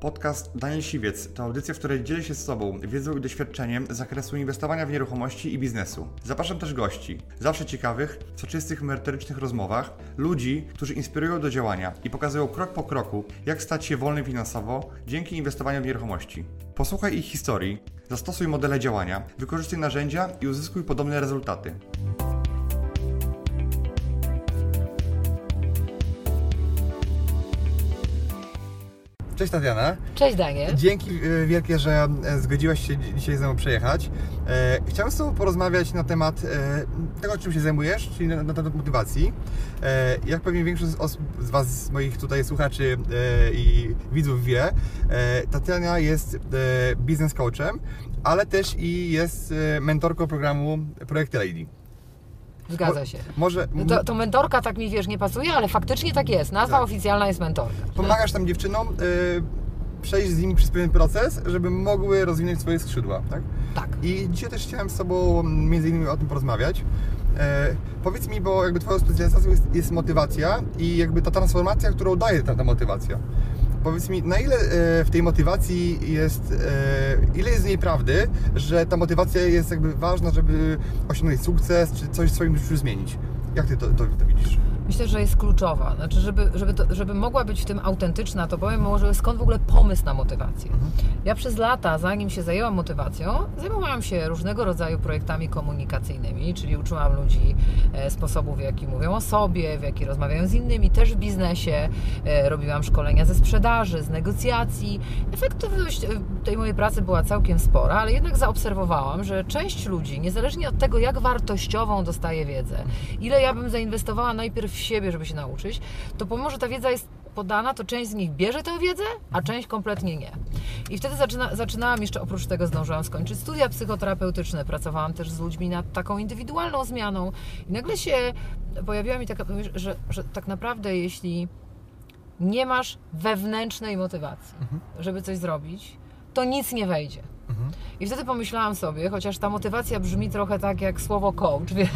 Podcast Daniel Siwiec to audycja, w której dzielę się z Tobą wiedzą i doświadczeniem z zakresu inwestowania w nieruchomości i biznesu. Zapraszam też gości, zawsze ciekawych, w soczystych, merytorycznych rozmowach, ludzi, którzy inspirują do działania i pokazują krok po kroku, jak stać się wolnym finansowo dzięki inwestowaniu w nieruchomości. Posłuchaj ich historii, zastosuj modele działania, wykorzystuj narzędzia i uzyskuj podobne rezultaty. Cześć Tatiana. Cześć Daniel. Dzięki wielkie, że zgodziłaś się dzisiaj ze mną przejechać. Chciałem z Tobą porozmawiać na temat tego, czym się zajmujesz, czyli na temat motywacji. Jak pewnie większość z Was, z moich tutaj słuchaczy i widzów wie, Tatiana jest business coachem, ale też i jest mentorką programu Projekt Lady. Zgadza się. Może... To mentorka tak mi, nie pasuje, ale faktycznie tak jest. Nazwa oficjalna jest mentorka. Pomagasz tam dziewczynom przejść z nimi przez pewien proces, żeby mogły rozwinąć swoje skrzydła, tak? Tak. I dzisiaj też chciałem z Tobą między innymi o tym porozmawiać. Powiedz mi, bo jakby Twoją specjalizacją jest motywacja i jakby ta transformacja, którą daje ta motywacja. Powiedz mi, na ile w tej motywacji jest, ile jest w niej prawdy, że ta motywacja jest jakby ważna, żeby osiągnąć sukces, czy coś w swoim życiu zmienić? Jak Ty to widzisz? Myślę, że jest kluczowa. Znaczy, żeby mogła być w tym autentyczna, to powiem może skąd w ogóle pomysł na motywację. Ja przez lata, zanim się zajęłam motywacją, zajmowałam się różnego rodzaju projektami komunikacyjnymi, czyli uczyłam ludzi sposobów, w jaki mówią o sobie, w jaki rozmawiają z innymi, też w biznesie. Robiłam szkolenia ze sprzedaży, z negocjacji. Efektywność tej mojej pracy była całkiem spora, ale jednak zaobserwowałam, że część ludzi, niezależnie od tego, jak wartościową dostaje wiedzę, ile ja bym zainwestowała najpierw w siebie, żeby się nauczyć, to pomimo, że ta wiedza jest podana, to część z nich bierze tę wiedzę, a część kompletnie nie. I wtedy zaczynałam jeszcze, oprócz tego zdążyłam skończyć studia psychoterapeutyczne, pracowałam też z ludźmi nad taką indywidualną zmianą i nagle się pojawiła mi taka myśl, że tak naprawdę jeśli nie masz wewnętrznej motywacji, żeby coś zrobić, to nic nie wejdzie. I wtedy pomyślałam sobie, chociaż ta motywacja brzmi trochę tak jak słowo coach, wiesz,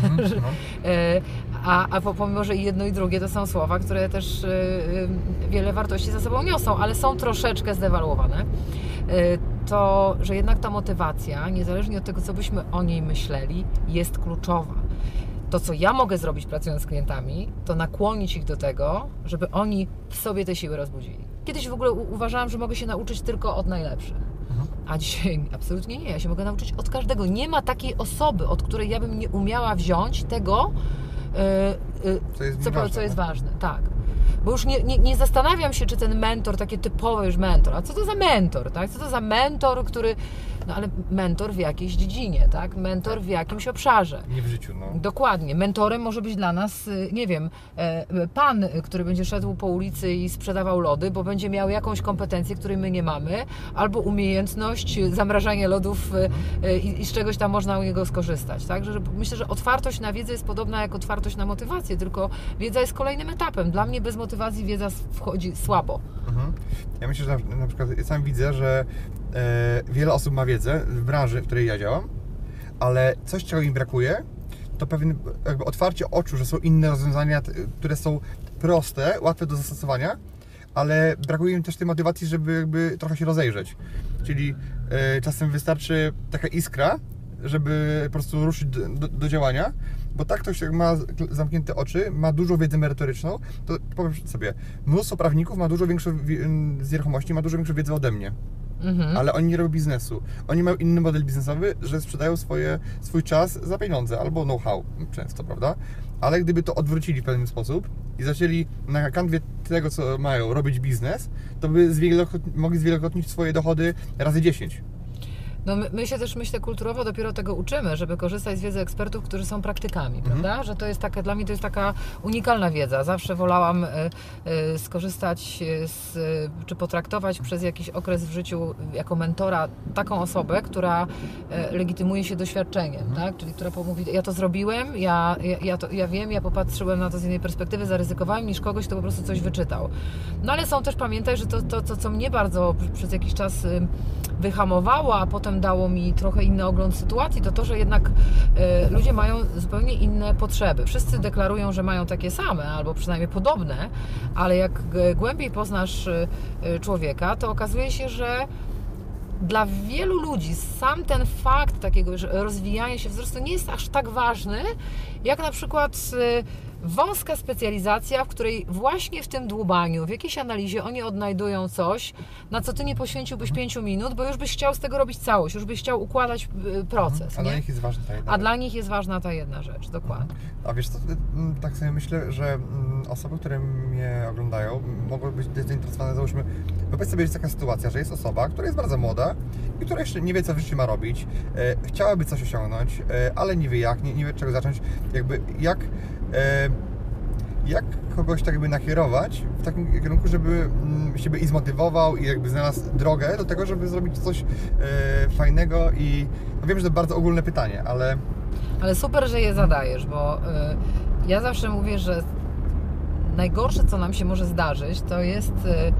a pomimo, że i jedno i drugie to są słowa, które też wiele wartości za sobą niosą, ale są troszeczkę zdewaluowane, to, że jednak ta motywacja, niezależnie od tego, co byśmy o niej myśleli, jest kluczowa. To, co ja mogę zrobić pracując z klientami, to nakłonić ich do tego, żeby oni w sobie te siły rozbudzili. Kiedyś w ogóle uważałam, że mogę się nauczyć tylko od najlepszych. A dzisiaj absolutnie nie. Ja się mogę nauczyć od każdego. Nie ma takiej osoby, od której ja bym nie umiała wziąć tego, co jest ważne. Tak. Bo już nie zastanawiam się, czy ten mentor, taki typowy już mentor, a co to za mentor, tak? Co to za mentor, który... No ale mentor w jakiejś dziedzinie, tak? Mentor w jakimś obszarze. Nie w życiu, no. Dokładnie. Mentorem może być dla nas, nie wiem, pan, który będzie szedł po ulicy i sprzedawał lody, bo będzie miał jakąś kompetencję, której my nie mamy, albo umiejętność zamrażania lodów i z czegoś tam można u niego skorzystać, tak? Myślę, że otwartość na wiedzę jest podobna jak otwartość na motywację, tylko wiedza jest kolejnym etapem. Dla mnie bez motywacji wiedza wchodzi słabo. Ja myślę, że na przykład ja sam widzę, że wiele osób ma wiedzę w branży, w której ja działam, ale coś, czego im brakuje, to pewne jakby otwarcie oczu, że są inne rozwiązania, które są proste, łatwe do zastosowania, ale brakuje im też tej motywacji, żeby jakby trochę się rozejrzeć. Czyli czasem wystarczy taka iskra, żeby po prostu ruszyć do działania, bo tak ktoś jak ma zamknięte oczy, ma dużą wiedzę merytoryczną, to powiem sobie, mnóstwo prawników ma dużo większą z nieruchomości, ma dużo większą wiedzę ode mnie. Ale oni nie robią biznesu. Oni mają inny model biznesowy, że sprzedają swój czas za pieniądze albo know-how często, prawda? Ale gdyby to odwrócili w pewien sposób i zaczęli na kanwie tego, co mają, robić biznes, to by mogli zwielokrotnić swoje dochody razy 10. No my się też, myślę, kulturowo dopiero tego uczymy, żeby korzystać z wiedzy ekspertów, którzy są praktykami, prawda? Że to jest taka, dla mnie to jest taka unikalna wiedza. Zawsze wolałam skorzystać czy potraktować przez jakiś okres w życiu jako mentora taką osobę, która legitymuje się doświadczeniem, tak? Czyli która mówi, ja to zrobiłem, ja wiem, ja popatrzyłem na to z innej perspektywy, zaryzykowałem, niż kogoś, kto po prostu coś wyczytał. No ale są też, pamiętaj, że to co mnie bardzo przez jakiś czas wyhamowało, a potem dało mi trochę inny ogląd sytuacji, to to, że jednak ludzie mają zupełnie inne potrzeby. Wszyscy deklarują, że mają takie same, albo przynajmniej podobne, ale jak głębiej poznasz człowieka, to okazuje się, że dla wielu ludzi sam ten fakt takiego rozwijania się wzrostu nie jest aż tak ważny, jak na przykład wąska specjalizacja, w której właśnie w tym dłubaniu, w jakiejś analizie oni odnajdują coś, na co ty nie poświęciłbyś 5 minut, bo już byś chciał z tego robić całość, już byś chciał układać proces. A dla nich jest ważna ta jedna rzecz. Dla nich jest ważna ta jedna rzecz, dokładnie. A wiesz co, tak sobie myślę, że osoby, które mnie oglądają, mogą być zainteresowane, załóżmy, wyobraź sobie, jest taka sytuacja, że jest osoba, która jest bardzo młoda i która jeszcze nie wie, co w życiu ma robić, chciałaby coś osiągnąć, ale nie wie jak, nie wie czego zacząć, jakby jak kogoś tak jakby nakierować w takim kierunku, żeby siebie i zmotywował i jakby znalazł drogę do tego, żeby zrobić coś fajnego i no wiem, że to bardzo ogólne pytanie, ale... Ale super, że je zadajesz, bo ja zawsze mówię, że najgorsze, co nam się może zdarzyć, to jest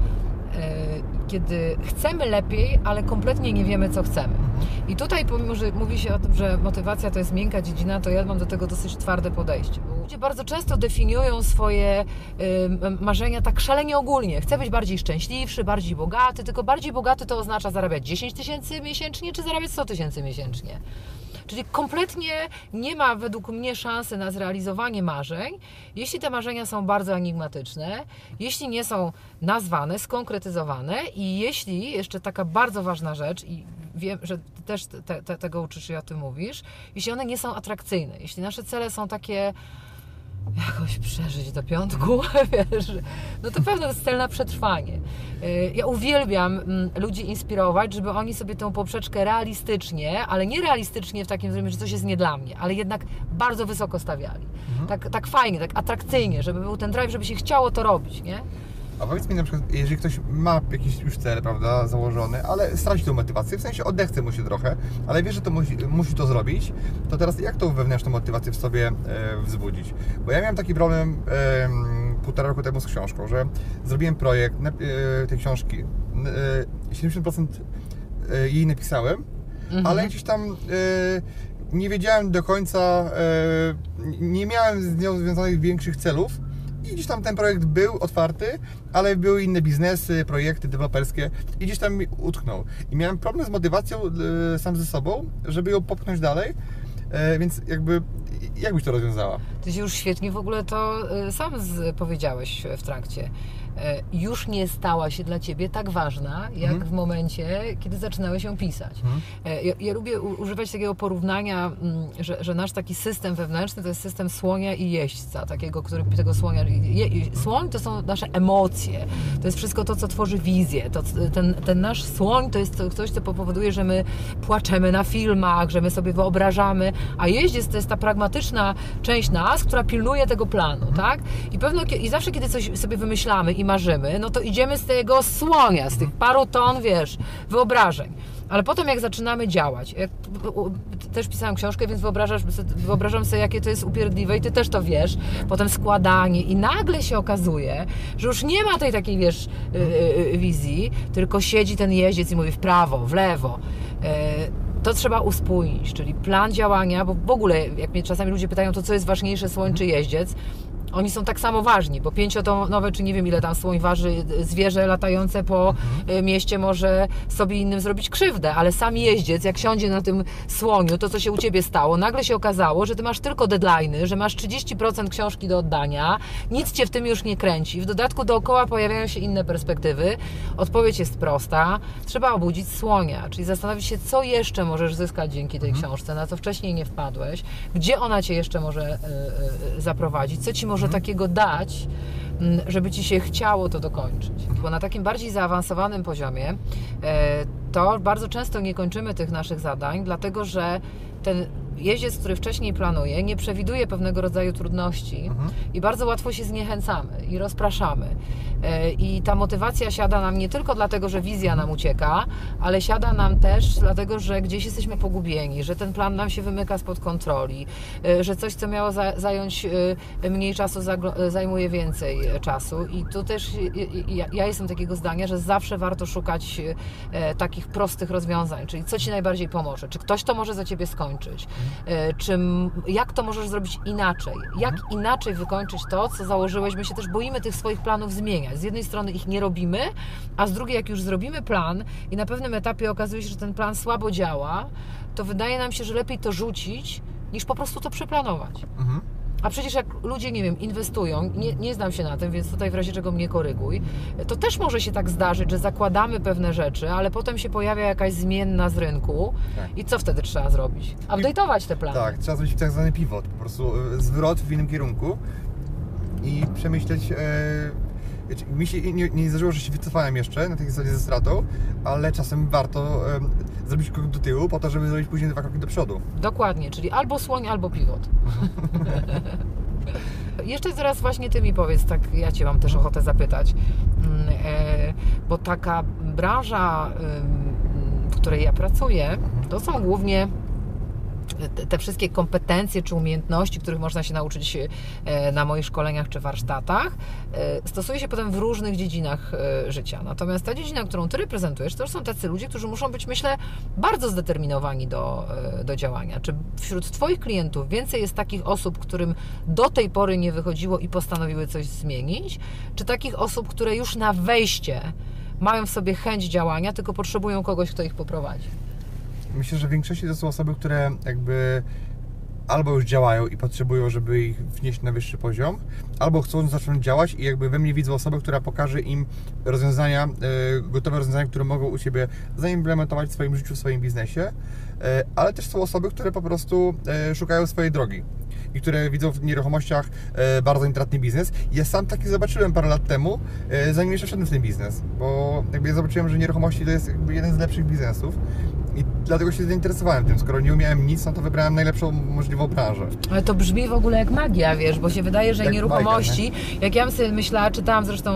kiedy chcemy lepiej, ale kompletnie nie wiemy, co chcemy. I tutaj, pomimo że mówi się o tym, że motywacja to jest miękka dziedzina, to ja mam do tego dosyć twarde podejście. Bo ludzie bardzo często definiują swoje marzenia tak szalenie ogólnie. Chcę być bardziej szczęśliwszy, bardziej bogaty, tylko bardziej bogaty to oznacza zarabiać 10 000 miesięcznie, czy zarabiać 100 000 miesięcznie. Czyli kompletnie nie ma według mnie szansy na zrealizowanie marzeń, jeśli te marzenia są bardzo enigmatyczne, jeśli nie są nazwane, skonkretyzowane i jeśli, jeszcze taka bardzo ważna rzecz, i wiem, że Ty też tego uczysz i o tym mówisz, jeśli one nie są atrakcyjne, jeśli nasze cele są takie jakoś przeżyć do piątku, wiesz, no to pewno jest cel na przetrwanie. Ja uwielbiam ludzi inspirować, żeby oni sobie tę poprzeczkę realistycznie, ale nie realistycznie w takim zrozumieniu, że coś jest nie dla mnie, ale jednak bardzo wysoko stawiali. Tak fajnie, tak atrakcyjnie, żeby był ten drive, żeby się chciało to robić, nie? A powiedz mi na przykład, jeżeli ktoś ma jakiś już cel, prawda, założony, ale straci tą motywację, w sensie odechce mu się trochę, ale wie, że to musi to zrobić, to teraz jak tą wewnętrzną motywację w sobie wzbudzić? Bo ja miałem taki problem 1,5 roku temu z książką, że zrobiłem projekt tej książki, 70% jej napisałem, ale gdzieś tam nie wiedziałem do końca, nie miałem z nią związanych większych celów, i gdzieś tam ten projekt był otwarty, ale były inne biznesy, projekty deweloperskie i gdzieś tam mi utknął. I miałem problem z motywacją sam ze sobą, żeby ją popchnąć dalej, więc jakby, jak byś to rozwiązała? Ty się już świetnie w ogóle to sam powiedziałeś w trakcie. Już nie stała się dla Ciebie tak ważna, jak w momencie, kiedy zaczynałeś ją pisać. Ja lubię używać takiego porównania, że nasz taki system wewnętrzny to jest system słonia i jeźdźca, tego słonia. Słoń to są nasze emocje, to jest wszystko to, co tworzy wizję. Ten nasz słoń to jest coś, co powoduje, że my płaczemy na filmach, że my sobie wyobrażamy, a jeździec to jest ta pragmatyczna część nas, która pilnuje tego planu, tak? I zawsze, kiedy coś sobie wymyślamy i marzymy, no to idziemy z tego słonia, z tych paru ton, wiesz, wyobrażeń. Ale potem jak zaczynamy działać, też pisałam książkę, więc wyobrażam sobie, jakie to jest upierdliwe i Ty też to wiesz, potem składanie i nagle się okazuje, że już nie ma tej takiej, wiesz, wizji, tylko siedzi ten jeździec i mówi w prawo, w lewo. To trzeba uspójnić, czyli plan działania, bo w ogóle, jak mnie czasami ludzie pytają, to co jest ważniejsze, słoń czy jeździec, oni są tak samo ważni, bo 5-tonowe, czy nie wiem ile tam słoń waży, zwierzę latające po mieście może sobie innym zrobić krzywdę, ale sam jeździec, jak siądzie na tym słoniu, to co się u Ciebie stało, nagle się okazało, że Ty masz tylko deadline'y, że masz 30% książki do oddania, nic Cię w tym już nie kręci, w dodatku dookoła pojawiają się inne perspektywy. Odpowiedź jest prosta, trzeba obudzić słonia, czyli zastanowić się, co jeszcze możesz zyskać dzięki tej książce, na co wcześniej nie wpadłeś, gdzie ona Cię jeszcze może zaprowadzić, co Ci może takiego dać, żeby Ci się chciało to dokończyć. Bo na takim bardziej zaawansowanym poziomie to bardzo często nie kończymy tych naszych zadań, dlatego że ten jeździec, który wcześniej planuje, nie przewiduje pewnego rodzaju trudności i bardzo łatwo się zniechęcamy i rozpraszamy. I ta motywacja siada nam nie tylko dlatego, że wizja nam ucieka, ale siada nam też dlatego, że gdzieś jesteśmy pogubieni, że ten plan nam się wymyka spod kontroli, że coś, co miało zająć mniej czasu, zajmuje więcej czasu. I tu też ja jestem takiego zdania, że zawsze warto szukać takich prostych rozwiązań, czyli co Ci najbardziej pomoże, czy ktoś to może za Ciebie skończyć, jak to możesz zrobić inaczej, jak inaczej wykończyć to, co założyłeś. My się też boimy tych swoich planów zmieniać. Z jednej strony ich nie robimy, a z drugiej, jak już zrobimy plan i na pewnym etapie okazuje się, że ten plan słabo działa, to wydaje nam się, że lepiej to rzucić, niż po prostu to przeplanować. A przecież jak ludzie, nie wiem, inwestują, nie znam się na tym, więc tutaj w razie czego mnie koryguj, to też może się tak zdarzyć, że zakładamy pewne rzeczy, ale potem się pojawia jakaś zmienna z rynku i co wtedy trzeba zrobić? Update'ować te plany. Tak, trzeba zrobić tak zwany pivot, po prostu zwrot w innym kierunku i przemyśleć. Mi się nie zdarzyło, że się wycofałem jeszcze na tej zasadzie ze stratą, ale czasem warto zrobić krok do tyłu po to, żeby zrobić później 2 kroki do przodu. Dokładnie, czyli albo słoń, albo pivot. Jeszcze teraz właśnie Ty mi powiedz, tak ja Cię mam też ochotę zapytać, bo taka branża, w której ja pracuję, to są głównie te wszystkie kompetencje czy umiejętności, których można się nauczyć na moich szkoleniach czy warsztatach, stosuje się potem w różnych dziedzinach życia. Natomiast ta dziedzina, którą Ty reprezentujesz, to są tacy ludzie, którzy muszą być, myślę, bardzo zdeterminowani do działania. Czy wśród Twoich klientów więcej jest takich osób, którym do tej pory nie wychodziło i postanowiły coś zmienić? Czy takich osób, które już na wejście mają w sobie chęć działania, tylko potrzebują kogoś, kto ich poprowadzi? Myślę, że w większości to są osoby, które jakby albo już działają i potrzebują, żeby ich wnieść na wyższy poziom, albo chcą zacząć działać i jakby we mnie widzą osobę, która pokaże im rozwiązania, gotowe rozwiązania, które mogą u siebie zaimplementować w swoim życiu, w swoim biznesie, ale też są osoby, które po prostu szukają swojej drogi i które widzą w nieruchomościach bardzo intratny biznes. Ja sam taki zobaczyłem parę lat temu, zanim jeszcze wszedłem w ten biznes, bo jakby ja zobaczyłem, że nieruchomości to jest jakby jeden z lepszych biznesów i dlatego się zainteresowałem tym. Skoro nie umiałem nic, no to wybrałem najlepszą możliwą branżę. Ale to brzmi w ogóle jak magia, wiesz, bo się wydaje, że jak nieruchomości, bajka, nie? Jak ja bym sobie myślała, czytałam zresztą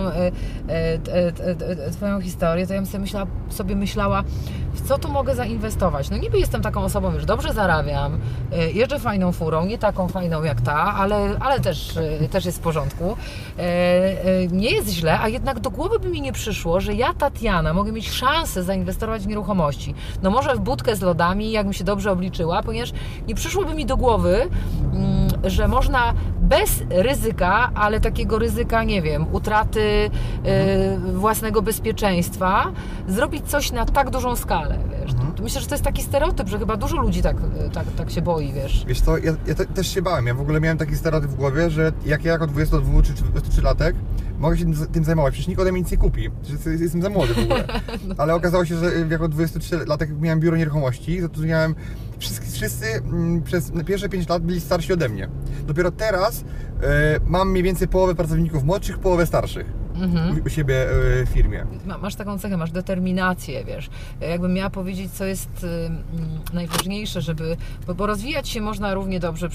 Twoją historię, to ja bym sobie myślała, w co tu mogę zainwestować. No niby jestem taką osobą, już dobrze zarabiam, jeżdżę fajną furą, nie taką fajną jak ta, ale też jest w porządku. Nie jest źle, a jednak do głowy by mi nie przyszło, że ja, Tatiana, mogę mieć szansę zainwestować w nieruchomości. No może w budkę z lodami, jakbym się dobrze obliczyła, ponieważ nie przyszłoby mi do głowy, że można bez ryzyka, ale takiego ryzyka, nie wiem, utraty własnego bezpieczeństwa, zrobić coś na tak dużą skalę, wiesz. Myślę, że to jest taki stereotyp, że chyba dużo ludzi tak się boi, wiesz. Wiesz co, ja też się bałem. Ja w ogóle miałem taki stereotyp w głowie, że jak ja jako 22 czy 23-latek mogę się tym zajmować, przecież nikt ode mnie nic nie kupi, przecież jestem za młody w ogóle. Ale okazało się, że jako 23-latek miałem biuro nieruchomości, zatrudniałem wszyscy przez pierwsze 5 lat byli starsi ode mnie. Dopiero teraz mam mniej więcej połowę pracowników młodszych, połowę starszych u siebie w firmie. Masz taką cechę, masz determinację, wiesz. Jakbym miała powiedzieć, co jest najważniejsze, bo rozwijać się można równie dobrze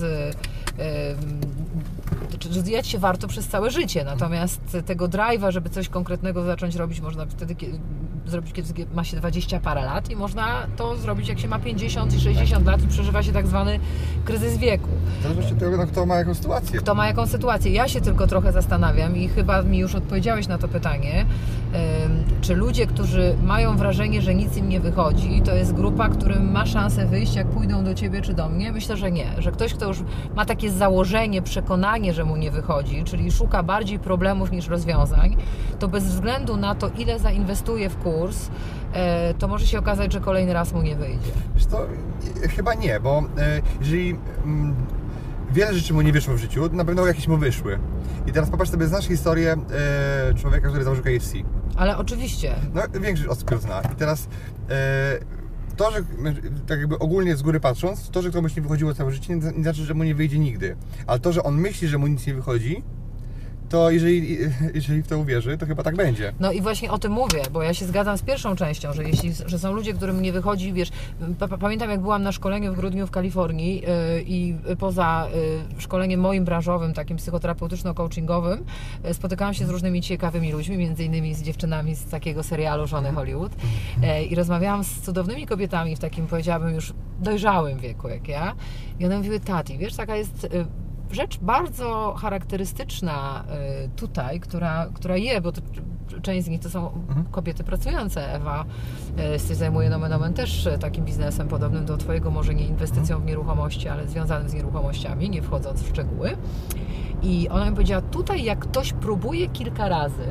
rozwijać się warto przez całe życie, natomiast tego drive'a, żeby coś konkretnego zacząć robić, można wtedy zrobić, kiedy ma się 20 parę lat i można to zrobić, jak się ma 50 i 60 lat i przeżywa się tak zwany kryzys wieku. Zależy od tego, kto ma jaką sytuację. Kto ma jaką sytuację. Ja się tylko trochę zastanawiam i chyba mi już odpowiedziałeś na to pytanie, czy ludzie, którzy mają wrażenie, że nic im nie wychodzi, to jest grupa, którym ma szansę wyjść, jak pójdą do Ciebie czy do mnie? Myślę, że nie. Że ktoś, kto już ma takie założenie, przekonanie, że mu nie wychodzi, czyli szuka bardziej problemów niż rozwiązań, to bez względu na to, ile zainwestuje w kurs, to może się okazać, że kolejny raz mu nie wyjdzie. Wiesz co, chyba nie, bo jeżeli wiele rzeczy mu nie wyszło w życiu, na pewno jakieś mu wyszły. I teraz popatrz sobie, znasz historię człowieka, który założył KFC. Ale oczywiście. No, większość osób go zna. I teraz to, że tak jakby ogólnie z góry patrząc, to, że komuś nie wychodziło całe życie, nie znaczy, że mu nie wyjdzie nigdy. Ale to, że on myśli, że mu nic nie wychodzi, to jeżeli w to uwierzy, to chyba tak będzie. No i właśnie o tym mówię, bo ja się zgadzam z pierwszą częścią, że są ludzie, którym nie wychodzi, wiesz, pamiętam jak byłam na szkoleniu w grudniu w Kalifornii i poza szkoleniem moim branżowym, takim psychoterapeutyczno-coachingowym, spotykałam się z różnymi ciekawymi ludźmi, między innymi z dziewczynami z takiego serialu Żony Hollywood i rozmawiałam z cudownymi kobietami w takim, powiedziałabym, już dojrzałym wieku jak ja i one mówiły: Tati, wiesz, taka jest rzecz bardzo charakterystyczna tutaj, która bo to, część z nich to są kobiety pracujące. Ewa się zajmuje nomen omen też takim biznesem podobnym do Twojego, może nie inwestycją w nieruchomości, ale związanym z nieruchomościami, nie wchodząc w szczegóły. I ona mi powiedziała: tutaj jak ktoś próbuje kilka razy,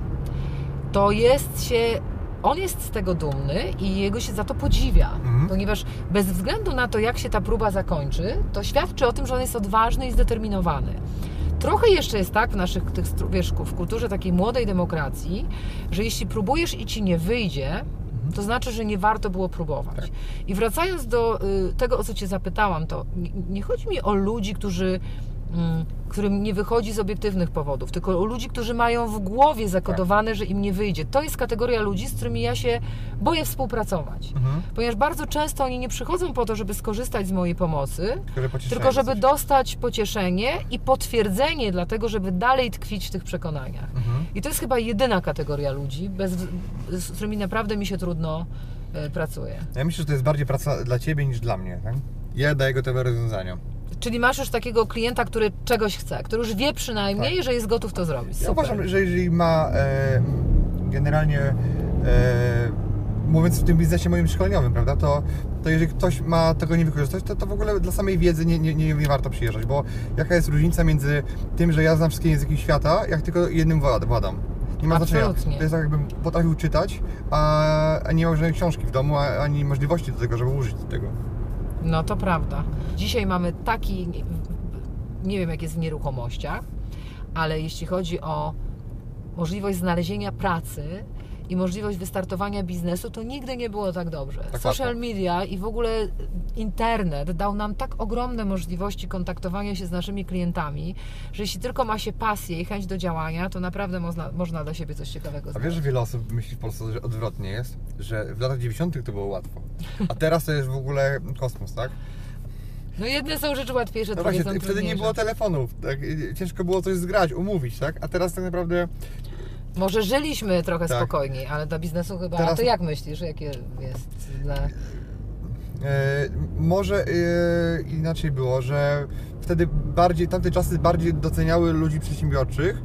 to on jest z tego dumny i jego się za to podziwia, ponieważ bez względu na to, jak się ta próba zakończy, to świadczy o tym, że on jest odważny i zdeterminowany. Trochę jeszcze jest tak w naszych, wiesz, w kulturze takiej młodej demokracji, że jeśli próbujesz i ci nie wyjdzie, to znaczy, że nie warto było próbować. Tak. I wracając do tego, o co Cię zapytałam, to nie chodzi mi o ludzi, którym nie wychodzi z obiektywnych powodów, tylko o ludzi, którzy mają w głowie zakodowane, że im nie wyjdzie. To jest kategoria ludzi, z którymi ja się boję współpracować. Ponieważ bardzo często oni nie przychodzą po to, żeby skorzystać z mojej pomocy, tylko żeby dostać pocieszenie i potwierdzenie dlatego, żeby dalej tkwić w tych przekonaniach. I to jest chyba jedyna kategoria ludzi, z którymi naprawdę mi się trudno pracuje. Ja myślę, że to jest bardziej praca dla Ciebie niż dla mnie. Tak? Ja daję gotowe rozwiązania. Czyli masz już takiego klienta, który czegoś chce, który już wie przynajmniej, że jest gotów to zrobić. Super. Ja uważam, że jeżeli ma generalnie mówiąc w tym biznesie moim szkoleniowym, prawda, to jeżeli ktoś ma tego nie wykorzystać, to w ogóle dla samej wiedzy nie warto przyjeżdżać, bo jaka jest różnica między tym, że ja znam wszystkie języki świata, jak tylko jednym władam. Nie ma Absolutnie. znaczenia. To jest tak, jakbym potrafił czytać, a nie miał żadnej książki w domu, ani możliwości do tego, żeby użyć tego. No to prawda. Dzisiaj mamy taki, nie wiem jak jest w nieruchomościach, ale jeśli chodzi o możliwość znalezienia pracy i możliwość wystartowania biznesu, to nigdy nie było tak dobrze. Tak, Social media i w ogóle internet dał nam tak ogromne możliwości kontaktowania się z naszymi klientami, że jeśli tylko ma się pasję i chęć do działania, to naprawdę można dla siebie coś ciekawego znaleźć. A wiesz, że wiele osób myśli w Polsce, że odwrotnie jest, że w latach 90. to było łatwo, a teraz to jest w ogóle kosmos, tak? No jedne są rzeczy łatwiejsze, no drugie właśnie, są wtedy nie było telefonów, tak? Ciężko było coś zgrać, umówić, tak? A teraz tak naprawdę... Może żyliśmy trochę spokojniej, ale dla biznesu chyba... Teraz... A to jak myślisz, jakie jest dla... Może inaczej było, że wtedy tamte czasy bardziej doceniały ludzi przedsiębiorczych,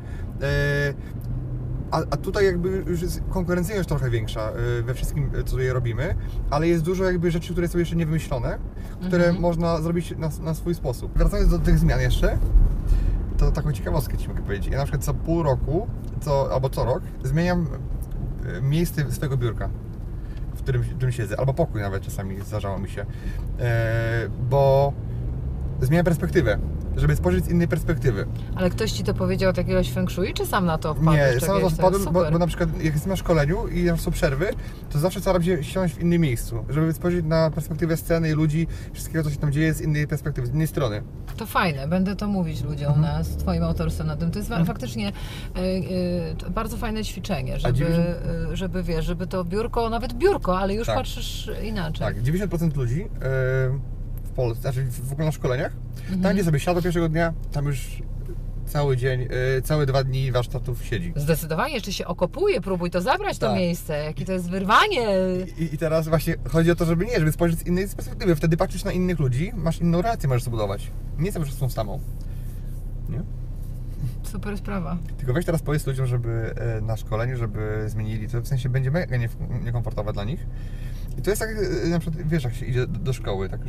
a tutaj jakby już jest konkurencyjność trochę większa we wszystkim, co tutaj robimy, ale jest dużo jakby rzeczy, które są jeszcze niewymyślone, które można zrobić na swój sposób. Wracając do tych zmian jeszcze, to taką ciekawostkę Ci mogę powiedzieć. Ja na przykład co pół roku, albo co rok zmieniam miejsce swojego biurka, w którym siedzę, albo pokój nawet czasami zdarzało mi się, bo zmieniam perspektywę, żeby spojrzeć z innej perspektywy. Ale ktoś Ci to powiedział od jakiegoś feng shui, czy sam na to wpadłeś? Nie, sam na to wpadłem, bo na przykład jak jestem na szkoleniu i są przerwy, to zawsze staram się siąść w innym miejscu, żeby spojrzeć na perspektywę sceny i ludzi, wszystkiego, co się tam dzieje z innej perspektywy, z innej strony. To fajne, będę to mówić ludziom z Twoim autorstwem na tym. To jest faktycznie bardzo fajne ćwiczenie, żeby wiesz, żeby to biurko, nawet biurko, ale już patrzysz inaczej. Tak, 90% ludzi w Polsce, znaczy w ogóle na szkoleniach, tam gdzie sobie siadł pierwszego dnia, tam już cały dzień, całe 2 dni warsztatów siedzi. Zdecydowanie, jeszcze się okopuje, próbuj to zabrać to miejsce, jakie to jest wyrwanie. I teraz właśnie chodzi o to, żeby spojrzeć z innej perspektywy, wtedy patrzysz na innych ludzi, masz inną relację, możesz zbudować. Nie zawsze z tą samą. Nie? Super sprawa. Tylko weź teraz powiedz ludziom, żeby na szkoleniu, żeby zmienili to, w sensie będzie mega niekomfortowe dla nich. I to jest tak, na przykład, wiesz, jak się idzie do szkoły, tak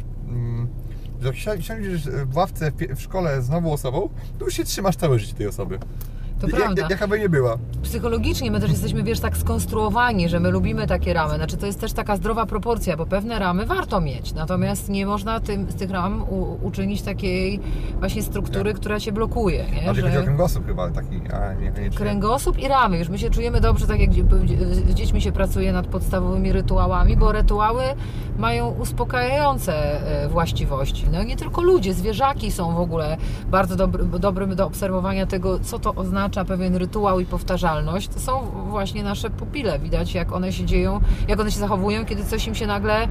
że jak siądziesz w ławce w szkole z nową osobą, to już się trzymasz całe życie tej osoby. To prawda. Jaka by nie była. Psychologicznie my też jesteśmy, wiesz, tak skonstruowani, że my lubimy takie ramy. Znaczy to jest też taka zdrowa proporcja, bo pewne ramy warto mieć. Natomiast nie można z tych ram uczynić takiej właśnie struktury, która cię blokuje. Nie? A chodzi o kręgosłup chyba taki, a niekoniecznie. Kręgosłup i ramy. Już my się czujemy dobrze, tak jak z dziećmi się pracuje nad podstawowymi rytuałami, bo rytuały mają uspokajające właściwości. No nie tylko ludzie, zwierzaki są w ogóle bardzo dobrym do obserwowania tego, co to oznacza pewien rytuał i powtarzalność. To są właśnie nasze pupile. Widać, jak one się dzieją, jak one się zachowują, kiedy coś im się nagle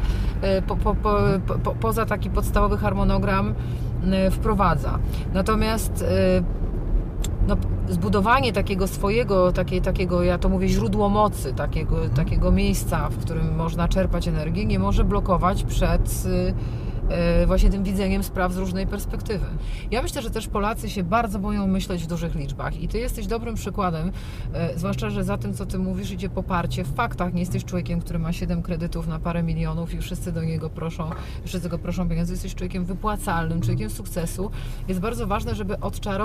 poza taki podstawowy harmonogram wprowadza. Natomiast no, zbudowanie takiego swojego, takiego, ja to mówię, źródło mocy, takiego miejsca, w którym można czerpać energię, nie może blokować przed właśnie tym widzeniem spraw z różnej perspektywy. Ja myślę, że też Polacy się bardzo boją myśleć w dużych liczbach i Ty jesteś dobrym przykładem, zwłaszcza, że za tym, co Ty mówisz, idzie poparcie w faktach. Nie jesteś człowiekiem, który ma 7 kredytów na parę milionów i wszyscy do niego proszą, wszyscy go proszą pieniędzy. Jesteś człowiekiem wypłacalnym, człowiekiem sukcesu. Jest bardzo ważne, żeby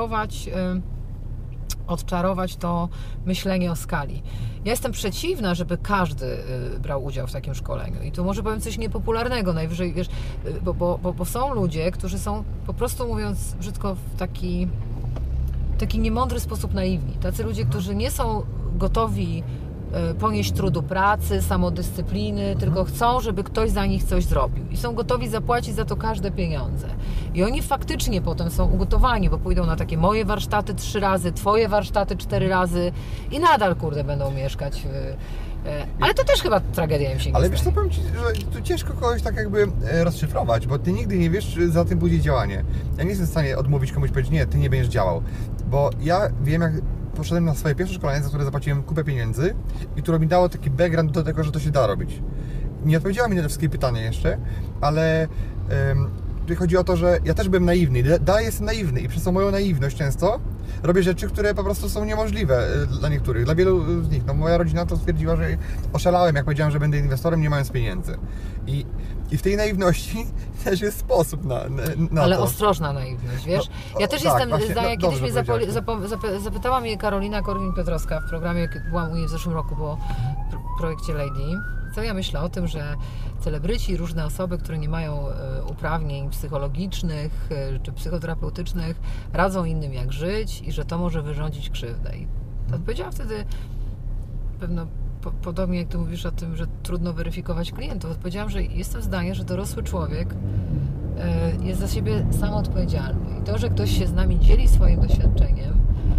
odczarować to myślenie o skali. Ja jestem przeciwna, żeby każdy brał udział w takim szkoleniu. I tu może powiem coś niepopularnego, najwyżej, wiesz, bo są ludzie, którzy są, po prostu mówiąc brzydko, w taki niemądry sposób naiwni. Tacy ludzie, którzy nie są gotowi ponieść trudu pracy, samodyscypliny, tylko chcą, żeby ktoś za nich coś zrobił. I są gotowi zapłacić za to każde pieniądze. I oni faktycznie potem są ugotowani, bo pójdą na takie moje warsztaty 3 razy, twoje warsztaty 4 razy i nadal, kurde, będą mieszkać ale to też chyba tragedia im się nie Ale stanie. wiesz co, powiem Ci, że tu ciężko kogoś tak jakby rozszyfrować, bo Ty nigdy nie wiesz, czy za tym pójdzie działanie. Ja nie jestem w stanie odmówić komuś, powiedzieć, nie, Ty nie będziesz działał. Bo ja wiem, jak poszedłem na swoje pierwsze szkolenie, za które zapłaciłem kupę pieniędzy i które mi dało taki background do tego, że to się da robić. Nie odpowiedziała mi na te wszystkie pytania jeszcze, ale tutaj chodzi o to, że ja też byłem naiwny, dalej jestem naiwny i przez tą moją naiwność często robię rzeczy, które po prostu są niemożliwe dla niektórych, dla wielu z nich. No, moja rodzina to stwierdziła, że oszalałem, jak powiedziałem, że będę inwestorem, nie mając pieniędzy. I w tej naiwności też jest sposób na ale to. ostrożna naiwność, wiesz? No, ja też tak, jestem właśnie, zdania, kiedyś mnie zapytała mnie Karolina Korwin-Piotrowska w programie, jak byłam u niej w zeszłym roku po projekcie Lady, co ja myślę o tym, że celebryci, różne osoby, które nie mają uprawnień psychologicznych czy psychoterapeutycznych, radzą innym, jak żyć i że to może wyrządzić krzywdę. I odpowiedziałam wtedy pewno podobnie jak Ty mówisz o tym, że trudno weryfikować klientów. Odpowiedziałam, że jestem zdania, że dorosły człowiek jest za siebie sam odpowiedzialny. I to, że ktoś się z nami dzieli swoim doświadczeniem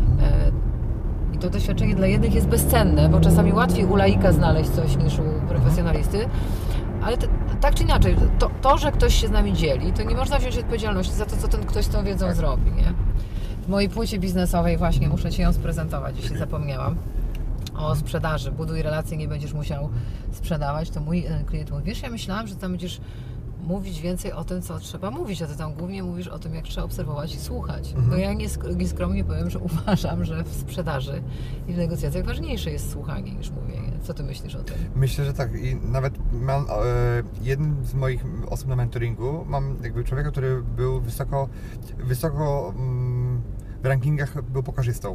i to doświadczenie dla jednych jest bezcenne, bo czasami łatwiej u laika znaleźć coś niż u profesjonalisty, ale tak czy inaczej, to, że ktoś się z nami dzieli, to nie można wziąć odpowiedzialności za to, co ten ktoś z tą wiedzą zrobi, nie? W mojej płycie biznesowej właśnie, muszę Ci ją sprezentować, jeśli zapomniałam, o sprzedaży. Buduj relacje, nie będziesz musiał sprzedawać. To mój klient mówi, wiesz, ja myślałam, że tam będziesz mówić więcej o tym, co trzeba mówić, a Ty tam głównie mówisz o tym, jak trzeba obserwować i słuchać. Bo ja nieskromnie powiem, że uważam, że w sprzedaży i w negocjacjach ważniejsze jest słuchanie niż mówienie. Co Ty myślisz o tym? Myślę, że tak. I nawet mam jednym z moich osób na mentoringu, mam jakby człowieka, który był wysoko w rankingach, był pokażystą.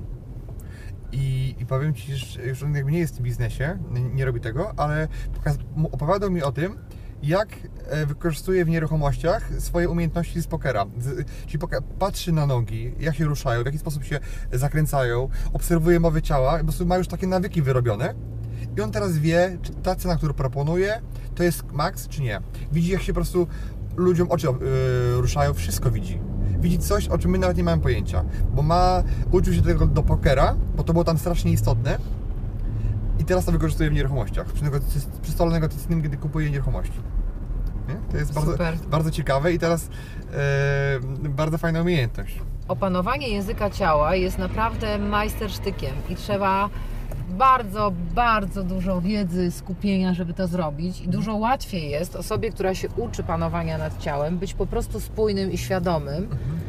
I powiem Ci, że już on jakby nie jest w tym biznesie, nie robi tego, ale opowiadał mi o tym, jak wykorzystuje w nieruchomościach swoje umiejętności z pokera. Czyli patrzy na nogi, jak się ruszają, w jaki sposób się zakręcają, obserwuje mowy ciała, po prostu ma już takie nawyki wyrobione. I on teraz wie, czy ta cena, którą proponuje, to jest maks, czy nie. Widzi, jak się po prostu ludziom oczy ruszają, wszystko widzi. Widzi coś, o czym my nawet nie mamy pojęcia. Bo uczył się tego do pokera, bo to było tam strasznie istotne. I teraz to wykorzystuje w nieruchomościach. Przy stole negocjacyjnym, kiedy kupuje nieruchomości. Nie? To jest bardzo, bardzo ciekawe i teraz bardzo fajna umiejętność. Opanowanie języka ciała jest naprawdę majstersztykiem i trzeba bardzo, bardzo dużo wiedzy, skupienia, żeby to zrobić i dużo łatwiej jest osobie, która się uczy panowania nad ciałem, być po prostu spójnym i świadomym,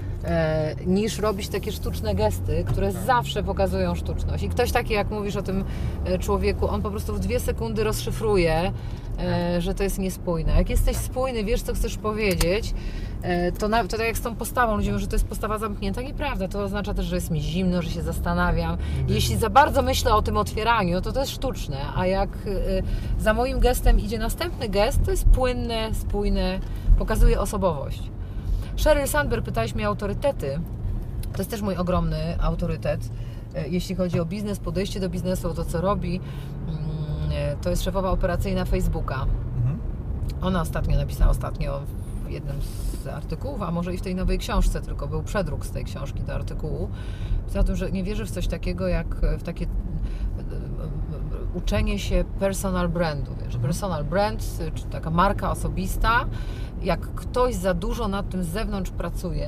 niż robić takie sztuczne gesty, które zawsze pokazują sztuczność. I ktoś taki, jak mówisz o tym człowieku, on po prostu w 2 sekundy rozszyfruje, że to jest niespójne. Jak jesteś spójny, wiesz, co chcesz powiedzieć, to tak jak z tą postawą, ludzie mówią, że to jest postawa zamknięta. Nieprawda, to oznacza też, że jest mi zimno, że się zastanawiam. Jeśli za bardzo myślę o tym otwieraniu, to jest sztuczne, a jak za moim gestem idzie następny gest, to jest płynne, spójne, pokazuje osobowość. Sheryl Sandberg, pytałeś mnie o autorytety. To jest też mój ogromny autorytet, jeśli chodzi o biznes, podejście do biznesu, o to, co robi. To jest szefowa operacyjna Facebooka. Ona napisała ostatnio w jednym z artykułów, a może i w tej nowej książce, tylko był przedruk z tej książki do artykułu, o tym, że nie wierzy w coś takiego jak w takie uczenie się personal brandu. Wiesz, personal brand, czy taka marka osobista, jak ktoś za dużo nad tym z zewnątrz pracuje,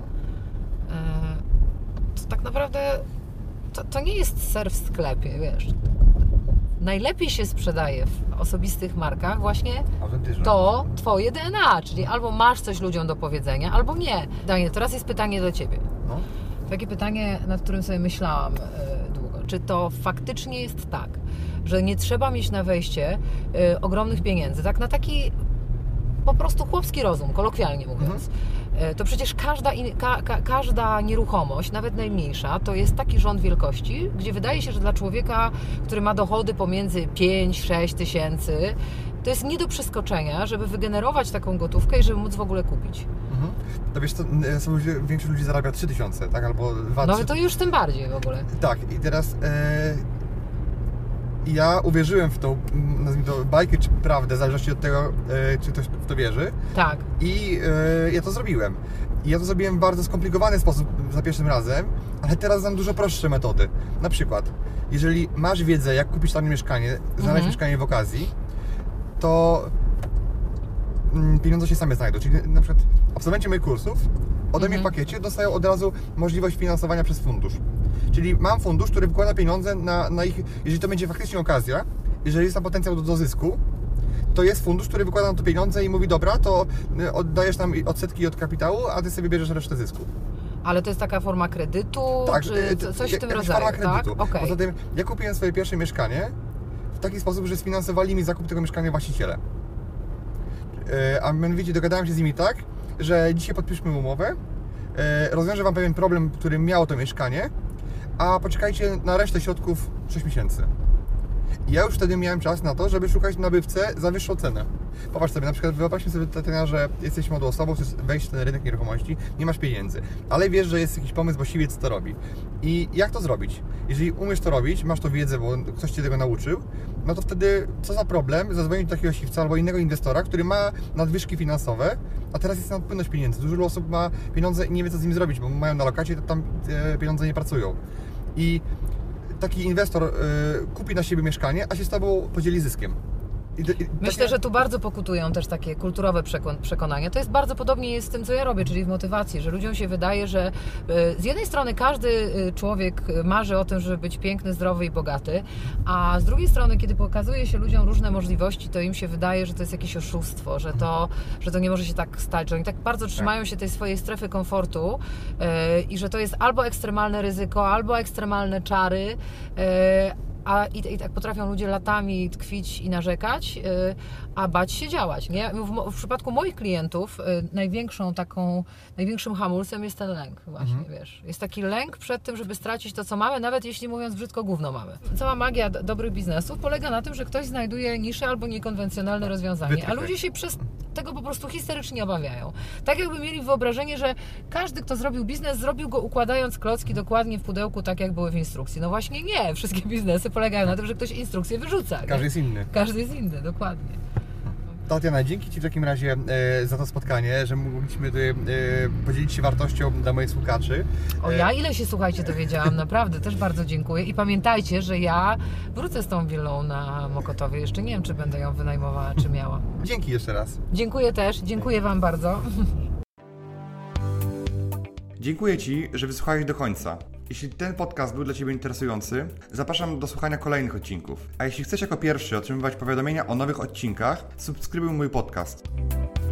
to tak naprawdę to nie jest ser w sklepie, wiesz. Najlepiej się sprzedaje w osobistych markach właśnie to twoje DNA, czyli albo masz coś ludziom do powiedzenia, albo nie. Daniel, teraz jest pytanie do ciebie. No. Takie pytanie, nad którym sobie myślałam długo. Czy to faktycznie jest tak, że nie trzeba mieć na wejście ogromnych pieniędzy, tak na taki po prostu chłopski rozum, kolokwialnie mówiąc. To przecież każda nieruchomość, nawet najmniejsza, to jest taki rząd wielkości, gdzie wydaje się, że dla człowieka, który ma dochody pomiędzy 5-6 tysięcy, to jest nie do przeskoczenia, żeby wygenerować taką gotówkę i żeby móc w ogóle kupić. To wiesz, większość ludzi zarabia 3000, tak? Albo 2 No ale to już tym bardziej w ogóle. Tak, i teraz ja uwierzyłem w tą, nazwijmy to, bajkę czy prawdę, w zależności od tego, czy ktoś w to wierzy. Tak. I ja to zrobiłem. I ja to zrobiłem w bardzo skomplikowany sposób za pierwszym razem, ale teraz znam dużo prostsze metody. Na przykład, jeżeli masz wiedzę, jak kupić tanie mieszkanie, znaleźć mieszkanie w okazji, to pieniądze się same znajdą. Czyli na przykład absolwenci moich kursów ode mnie w pakiecie dostają od razu możliwość finansowania przez fundusz. Czyli mam fundusz, który wkłada pieniądze na ich, jeżeli to będzie faktycznie okazja, jeżeli jest tam potencjał do zysku, to jest fundusz, który wykłada na to pieniądze i mówi, dobra, to oddajesz nam odsetki od kapitału, a ty sobie bierzesz resztę zysku. Ale to jest taka forma kredytu, tak, czy coś w tym rodzaju, forma kredytu. Tak? Okay. Poza tym, ja kupiłem swoje pierwsze mieszkanie w taki sposób, że sfinansowali mi zakup tego mieszkania właściciele. A mianowicie dogadałem się z nimi tak, że dzisiaj podpiszmy umowę, rozwiążę Wam pewien problem, który miało to mieszkanie, a poczekajcie na resztę środków 6 miesięcy. I ja już wtedy miałem czas na to, żeby szukać nabywcę za wyższą cenę. Popatrz sobie, na przykład wyobraźmy sobie Tatiana, że jesteś młodą osobą, chcesz wejść w ten rynek nieruchomości, nie masz pieniędzy, ale wiesz, że jest jakiś pomysł, bo siwiec to robi. I jak to zrobić? Jeżeli umiesz to robić, masz to wiedzę, bo ktoś Cię tego nauczył, no to wtedy co za problem zadzwonić do takiego siwca albo innego inwestora, który ma nadwyżki finansowe, a teraz jest nadpłynność pieniędzy. Dużo osób ma pieniądze i nie wie, co z nimi zrobić, bo mają na lokacie, to tam pieniądze nie pracują. I taki inwestor kupi na siebie mieszkanie, a się z Tobą podzieli zyskiem. Myślę, że tu bardzo pokutują też takie kulturowe przekonania. To jest bardzo podobnie z tym, co ja robię, czyli w motywacji, że ludziom się wydaje, że z jednej strony każdy człowiek marzy o tym, żeby być piękny, zdrowy i bogaty, a z drugiej strony, kiedy pokazuje się ludziom różne możliwości, to im się wydaje, że to jest jakieś oszustwo, że to nie może się tak stać, że oni tak bardzo trzymają się tej swojej strefy komfortu i że to jest albo ekstremalne ryzyko, albo ekstremalne czary, i tak potrafią ludzie latami tkwić i narzekać, a bać się działać. Nie? W przypadku moich klientów największym hamulcem jest ten lęk właśnie, wiesz. Jest taki lęk przed tym, żeby stracić to, co mamy, nawet jeśli mówiąc brzydko, gówno mamy. Cała magia dobrych biznesów polega na tym, że ktoś znajduje niszę albo niekonwencjonalne rozwiązanie, a ludzie się przez tego po prostu histerycznie obawiają. Tak jakby mieli wyobrażenie, że każdy, kto zrobił biznes, zrobił go układając klocki dokładnie w pudełku, tak jak były w instrukcji. No właśnie nie. Wszystkie biznesy polegają na tym, że ktoś instrukcję wyrzuca. Każdy jest inny. Każdy jest inny, dokładnie. Tatiana, dzięki Ci w takim razie za to spotkanie, że mogliśmy podzielić się wartością dla moich słuchaczy. Ja ile się, słuchajcie, dowiedziałam, naprawdę, też bardzo dziękuję. I pamiętajcie, że ja wrócę z tą willą na Mokotowie. Jeszcze nie wiem, czy będę ją wynajmowała, czy miała. Dzięki jeszcze raz. Dziękuję też, dziękuję Wam bardzo. Dziękuję Ci, że wysłuchałeś do końca. Jeśli ten podcast był dla Ciebie interesujący, zapraszam do słuchania kolejnych odcinków. A jeśli chcesz jako pierwszy otrzymywać powiadomienia o nowych odcinkach, subskrybuj mój podcast.